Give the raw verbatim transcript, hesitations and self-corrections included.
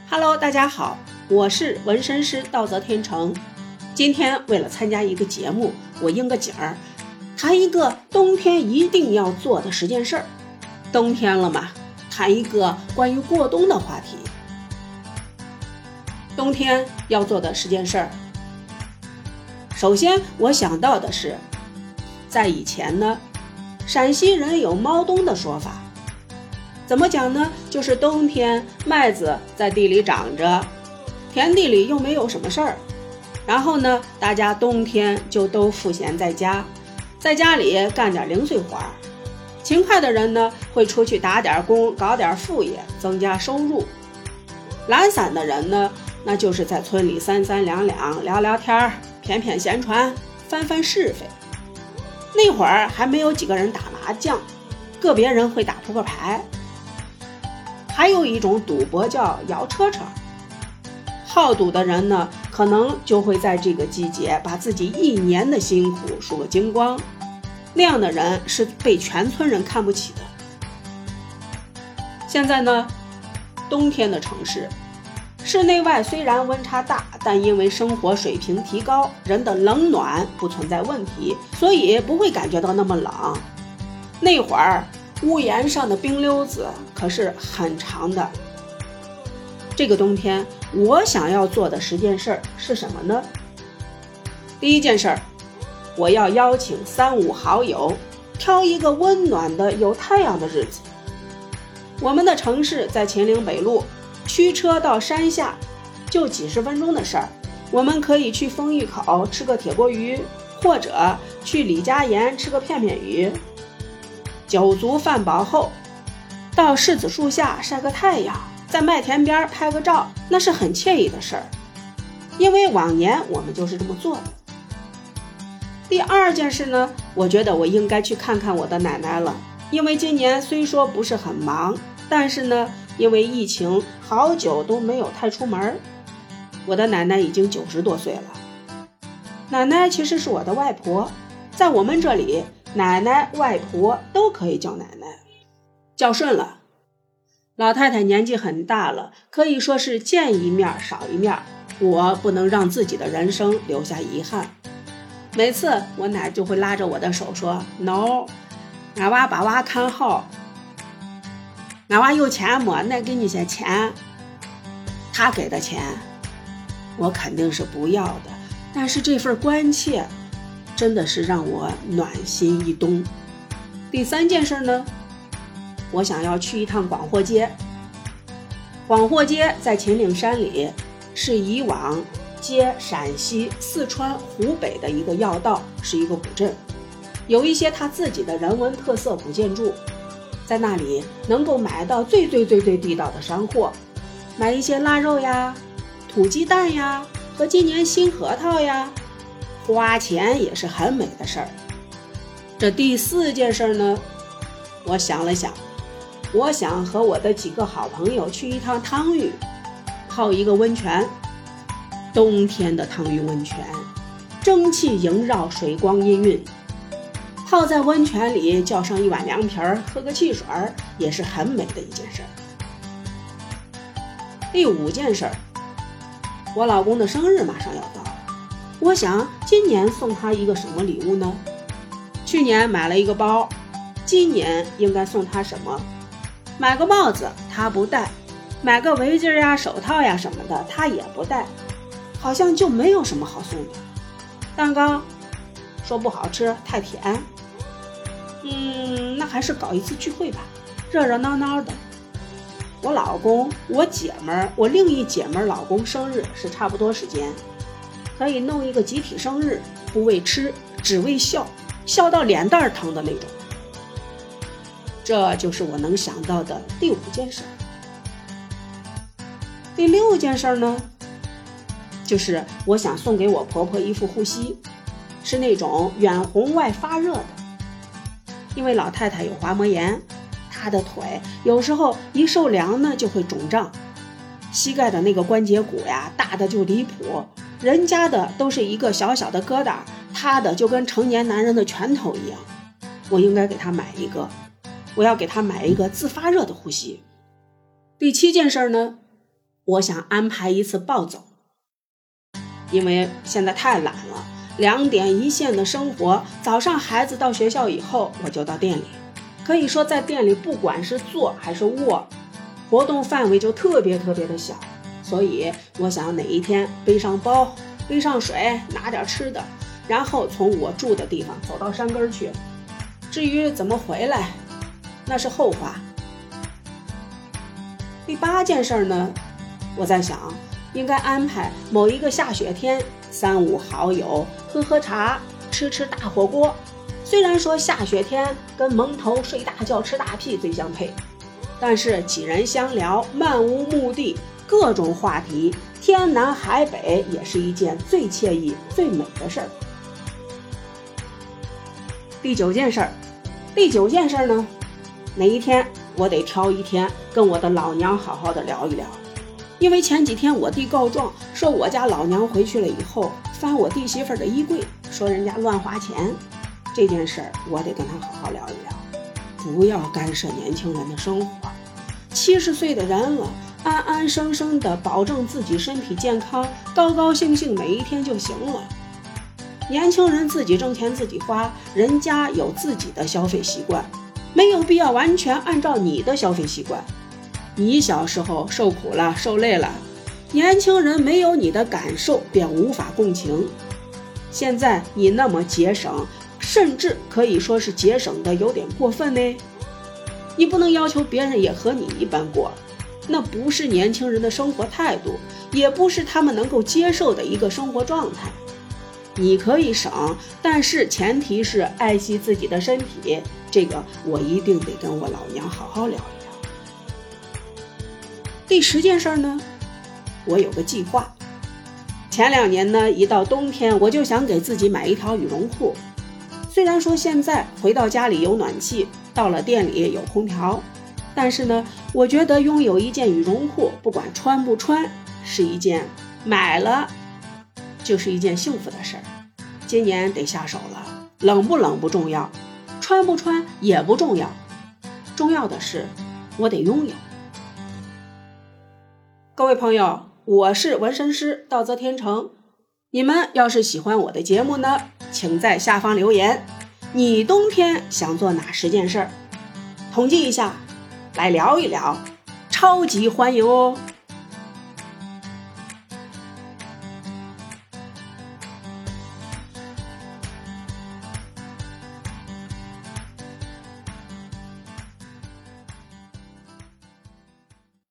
Hello， 大家好，我是纹身师道泽天成。今天为了参加一个节目，我应个景儿，谈一个冬天一定要做的十件事儿。冬天了嘛，谈一个关于过冬的话题。冬天要做的十件事儿，首先我想到的是，在以前呢，陕西人有猫冬的说法。怎么讲呢？就是冬天麦子在地里长着，田地里又没有什么事儿，然后呢，大家冬天就都赋闲在家，在家里干点零碎活儿。勤快的人呢，会出去打点工，搞点副业，增加收入。懒散的人呢，那就是在村里三三两两聊聊天，谝谝闲传，翻翻是非。那会儿还没有几个人打麻将，个别人会打扑克牌。还有一种赌博叫摇车车，好赌的人呢，可能就会在这个季节把自己一年的辛苦输个精光，那样的人是被全村人看不起的。现在呢，冬天的城市，室内外虽然温差大，但因为生活水平提高，人的冷暖不存在问题，所以不会感觉到那么冷。那会儿屋檐上的冰溜子可是很长的。这个冬天我想要做的十件事是什么呢？第一件事，我要邀请三五好友，挑一个温暖的有太阳的日子。我们的城市在秦岭北路，驱车到山下就几十分钟的事儿。我们可以去丰峪口吃个铁锅鱼，或者去李家岩吃个片片鱼。酒足饭饱后，到柿子树下晒个太阳，在麦田边拍个照，那是很惬意的事儿。因为往年我们就是这么做的。第二件事呢，我觉得我应该去看看我的奶奶了。因为今年虽说不是很忙，但是呢，因为疫情好久都没有太出门。我的奶奶已经九十多岁了。奶奶其实是我的外婆，在我们这里奶奶外婆都可以叫奶奶，叫顺了。老太太年纪很大了，可以说是见一面少一面，我不能让自己的人生留下遗憾。每次我奶就会拉着我的手说 no， 俺娃把娃看好，俺娃有钱么？奶给你些钱。他给的钱我肯定是不要的，但是这份关切真的是让我暖心一冬。第三件事呢，我想要去一趟广货街。广货街在秦岭山里，是以往接陕西、四川、湖北的一个要道，是一个古镇，有一些它自己的人文特色古建筑，在那里能够买到最最最最地道的山货，买一些腊肉呀、土鸡蛋呀和今年新核桃呀，花钱也是很美的事儿。这第四件事呢，我想了想，我想和我的几个好朋友去一趟汤峪，泡一个温泉。冬天的汤峪温泉，蒸汽萦绕，水光氤氲，泡在温泉里叫上一碗凉皮儿，喝个汽水儿，也是很美的一件事。第五件事，我老公的生日马上要到了，我想今年送他一个什么礼物呢？去年买了一个包，今年应该送他什么？买个帽子他不戴，买个围巾呀、手套呀什么的他也不戴，好像就没有什么好送的。蛋糕说不好吃，太甜。嗯，那还是搞一次聚会吧，热热闹闹的。我老公、我姐们儿、我另一姐们儿老公生日是差不多时间，可以弄一个集体生日，不为吃，只为笑，笑到脸蛋疼的那种。这就是我能想到的第五件事。第六件事呢，就是我想送给我婆婆一副护膝，是那种远红外发热的。因为老太太有滑膜炎，她的腿有时候一受凉呢就会肿胀，膝盖的那个关节骨呀大的就离谱，人家的都是一个小小的疙瘩，她的就跟成年男人的拳头一样。我应该给她买一个，我要给她买一个自发热的护膝。第七件事呢， 我想安排一次暴走，因为现在太懒了，两点一线的生活，早上孩子到学校以后，我就到店里。可以说在店里不管是坐还是卧，活动范围就特别特别的小，所以我想哪一天背上包，背上水，拿点吃的，然后从我住的地方走到山根去。至于怎么回来，那是后话。第八件事呢，我在想应该安排某一个下雪天，三五好友喝喝茶，吃吃大火锅。虽然说下雪天跟蒙头睡大觉吃大屁最相配，但是几人相聊，漫无目的，各种话题，天南海北，也是一件最惬意最美的事儿。第九件事儿，第九件事呢，哪一天我得挑一天跟我的老娘好好的聊一聊。因为前几天我弟告状说我家老娘回去了以后翻我弟媳妇的衣柜，说人家乱花钱，这件事儿我得跟他好好聊一聊，不要干涉年轻人的生活。七十岁的人了，安安生生的保证自己身体健康，高高兴兴每一天就行了。年轻人自己挣钱自己花，人家有自己的消费习惯，没有必要完全按照你的消费习惯。你小时候受苦了受累了，年轻人没有你的感受便无法共情。现在你那么节省，甚至可以说是节省的有点过分呢。你不能要求别人也和你一般过，那不是年轻人的生活态度，也不是他们能够接受的一个生活状态。你可以省，但是前提是爱惜自己的身体，这个我一定得跟我老娘好好聊一聊。第十件事呢，我有个计划。前两年呢，一到冬天我就想给自己买一条羽绒裤。虽然说现在回到家里有暖气，到了店里有空调，但是呢，我觉得拥有一件羽绒裤，不管穿不穿，是一件买了就是一件幸福的事儿。今年得下手了，冷不冷不重要，穿不穿也不重要，重要的是我得拥有。各位朋友，我是纹身师道泽天成，你们要是喜欢我的节目呢，请在下方留言，你冬天想做哪十件事儿？统计一下，来聊一聊，超级欢迎哦。